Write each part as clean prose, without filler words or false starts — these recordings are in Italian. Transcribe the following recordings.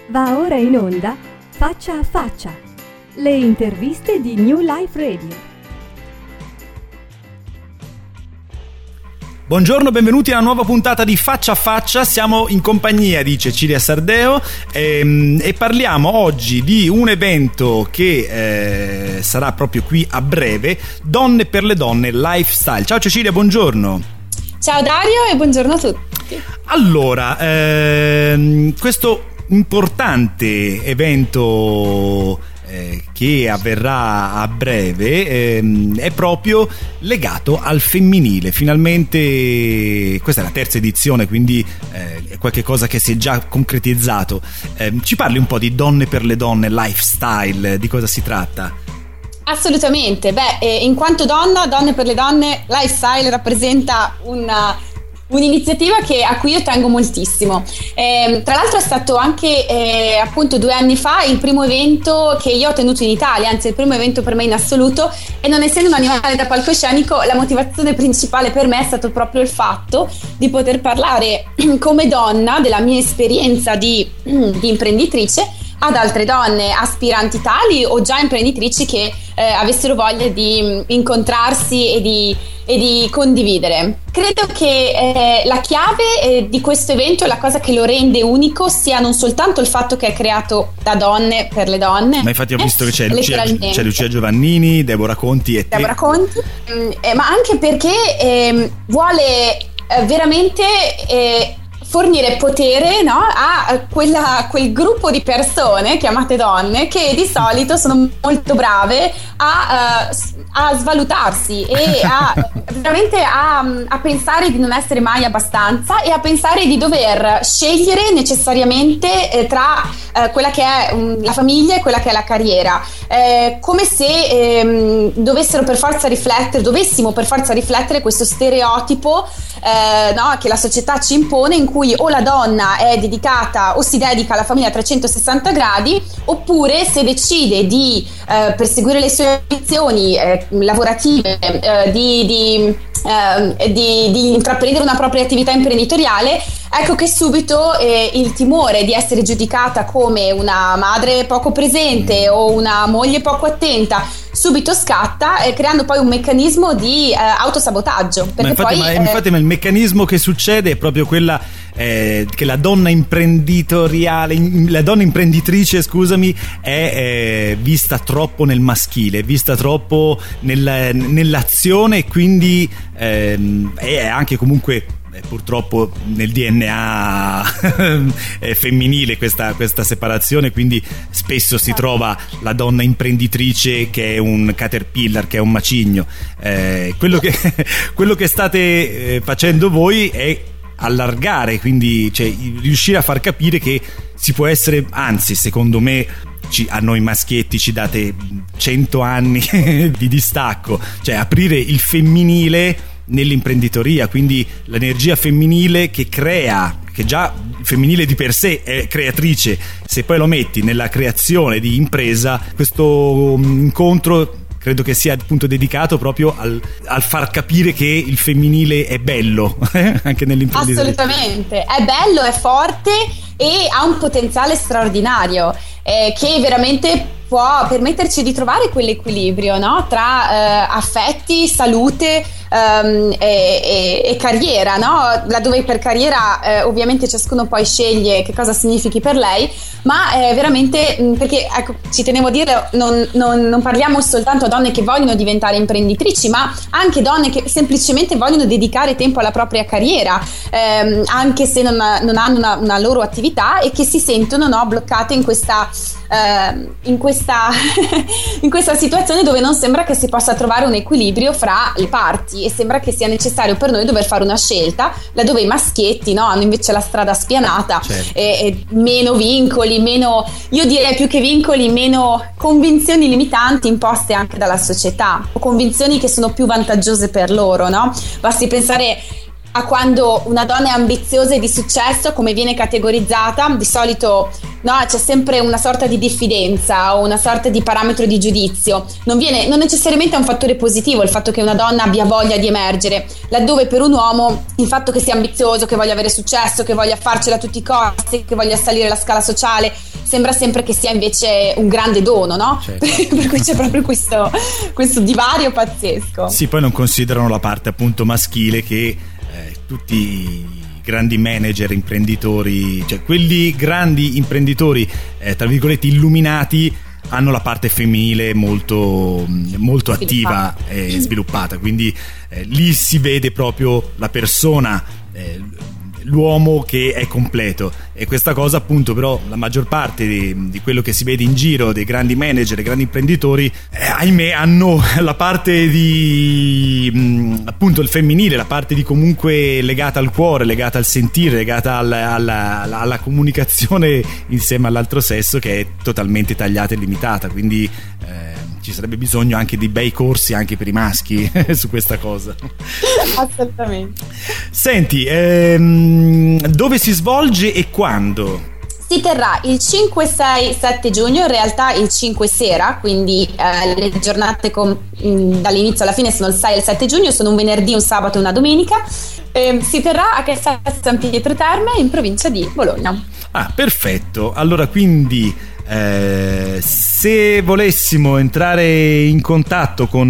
Va ora in onda Faccia a Faccia, le interviste di New Life Radio. Buongiorno, benvenuti a una nuova puntata di Faccia a Faccia. Siamo in compagnia di Cecilia Sardeo e parliamo oggi di un evento che sarà proprio qui a breve, Donne per le Donne Lifestyle. Ciao Cecilia, buongiorno. Ciao Dario e buongiorno a tutti. Allora, questo importante evento che avverrà a breve è proprio legato al femminile. Finalmente questa è la terza edizione, quindi è qualche cosa che si è già concretizzato. Ci parli un po' di Donne per le Donne Lifestyle, di cosa si tratta? Assolutamente, in quanto donna, Donne per le Donne Lifestyle rappresenta un'iniziativa a cui io tengo moltissimo. Tra l'altro è stato anche appunto 2 anni fa il primo evento che io ho tenuto in Italia, anzi il primo evento per me in assoluto, e non essendo un animale da palcoscenico, la motivazione principale per me è stato proprio il fatto di poter parlare come donna della mia esperienza di imprenditrice ad altre donne aspiranti tali o già imprenditrici che avessero voglia di incontrarsi e di condividere. Credo che la chiave di questo evento, la cosa che lo rende unico, sia non soltanto il fatto che è creato da donne per le donne, ma infatti ho visto che c'è Lucia Giovannini, Deborah Conti e te. Deborah Conti, ma anche perché vuole veramente fornire potere, no, a quel gruppo di persone chiamate donne che di solito sono molto brave a svalutarsi e veramente a pensare di non essere mai abbastanza e a pensare di dover scegliere necessariamente tra quella che è la famiglia e quella che è la carriera, come se dovessimo per forza riflettere questo stereotipo no, che la società ci impone, in cui o la donna è dedicata o si dedica alla famiglia a 360 gradi, oppure se decide di perseguire le sue ambizioni lavorative, di intraprendere una propria attività imprenditoriale, ecco che subito il timore di essere giudicata come una madre poco presente o una moglie poco attenta subito scatta, creando poi un meccanismo di autosabotaggio. Infatti il meccanismo che succede è proprio quella che la donna imprenditrice, è vista troppo nel maschile, vista troppo nell'azione, e quindi è anche comunque purtroppo nel DNA femminile questa separazione, quindi spesso si trova la donna imprenditrice che è un caterpillar, che è un macigno. Quello che state facendo voi è allargare, quindi riuscire a far capire che si può essere, anzi secondo me a noi maschietti ci date 100 anni di distacco, aprire il femminile nell'imprenditoria, quindi l'energia femminile che crea, che già il femminile di per sé è creatrice, se poi lo metti nella creazione di impresa, questo incontro credo che sia appunto dedicato proprio al far capire che il femminile è bello anche nell'imprenditoria. Assolutamente, è bello, è forte e ha un potenziale straordinario che veramente può permetterci di trovare quell'equilibrio, no? Tra affetti, salute e carriera, no? Laddove per carriera ovviamente ciascuno poi sceglie che cosa significhi per lei, ma veramente, perché ecco, ci tenevo a dirlo, non parliamo soltanto a donne che vogliono diventare imprenditrici, ma anche donne che semplicemente vogliono dedicare tempo alla propria carriera, anche se non hanno una loro attività, e che si sentono, no, bloccate in questa situazione dove non sembra che si possa trovare un equilibrio fra le parti, e sembra che sia necessario per noi dover fare una scelta laddove i maschietti, no, hanno invece la strada spianata. Certo. E meno vincoli, meno, io direi più che vincoli, meno convinzioni limitanti imposte anche dalla società, o convinzioni che sono più vantaggiose per loro, no? Basti pensare a quando una donna è ambiziosa e di successo, come viene categorizzata, di solito no, c'è sempre una sorta di diffidenza o una sorta di parametro di giudizio. Non necessariamente è un fattore positivo il fatto che una donna abbia voglia di emergere, laddove per un uomo il fatto che sia ambizioso, che voglia avere successo, che voglia farcela a tutti i costi, che voglia salire la scala sociale, sembra sempre che sia invece un grande dono, no? Certo. Per cui c'è proprio questo divario pazzesco. Sì, poi non considerano la parte appunto maschile che tutti i grandi manager, imprenditori, cioè quelli grandi imprenditori tra virgolette illuminati, hanno la parte femminile molto attiva e sviluppata, quindi lì si vede proprio la persona, l'uomo che è completo, e questa cosa appunto però la maggior parte di quello che si vede in giro dei grandi manager, dei grandi imprenditori, ahimè hanno la parte di appunto il femminile, la parte di comunque legata al cuore, legata al sentire, legata alla comunicazione insieme all'altro sesso, che è totalmente tagliata e limitata, quindi ci sarebbe bisogno anche di bei corsi anche per i maschi su questa cosa. Assolutamente. Senti, dove si svolge e quando? Si terrà il 5, 6, 7 giugno, in realtà il 5 sera, quindi le giornate dall'inizio alla fine sono il 6 e il 7 giugno, sono un venerdì, un sabato e una domenica. Si terrà a Castel San Pietro Terme, in provincia di Bologna. Ah, perfetto. Allora, quindi se volessimo entrare in contatto con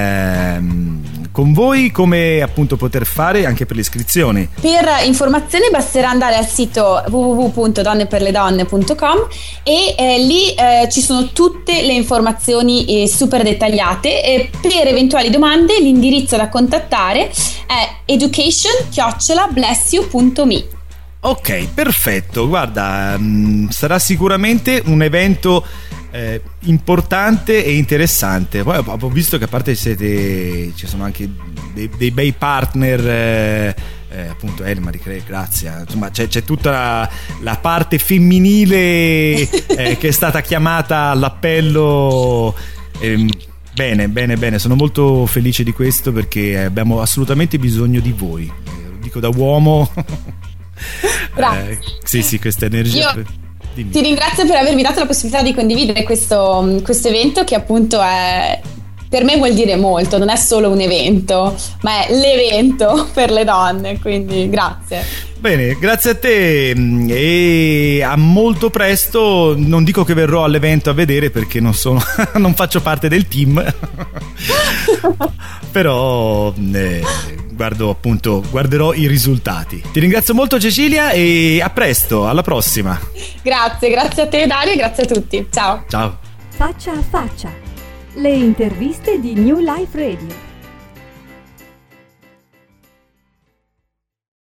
voi, come appunto poter fare anche per le iscrizioni? Per informazioni basterà andare al sito www.donneperledonne.com e lì ci sono tutte le informazioni super dettagliate, e per eventuali domande l'indirizzo da contattare è education@blessyou.me. Ok, perfetto. Guarda, sarà sicuramente un evento importante e interessante. Poi ho visto che a parte ci sono anche dei bei partner, appunto Elmar, Grazia, insomma c'è tutta la parte femminile che è stata chiamata all'appello. Bene, sono molto felice di questo, perché abbiamo assolutamente bisogno di voi, lo dico da uomo. Grazie. Sì, questa energia. Dimmi. Ti ringrazio per avermi dato la possibilità di condividere questo evento, che appunto per me vuol dire molto, non è solo un evento, ma è l'evento per le donne, quindi grazie. Bene, grazie a te e a molto presto. Non dico che verrò all'evento a vedere, perché non faccio parte del team, però guarderò i risultati. Ti ringrazio molto, Cecilia, e a presto, alla prossima. Grazie a te, Dario, e grazie a tutti. Ciao. Ciao. Faccia a faccia. Le interviste di New Life Radio.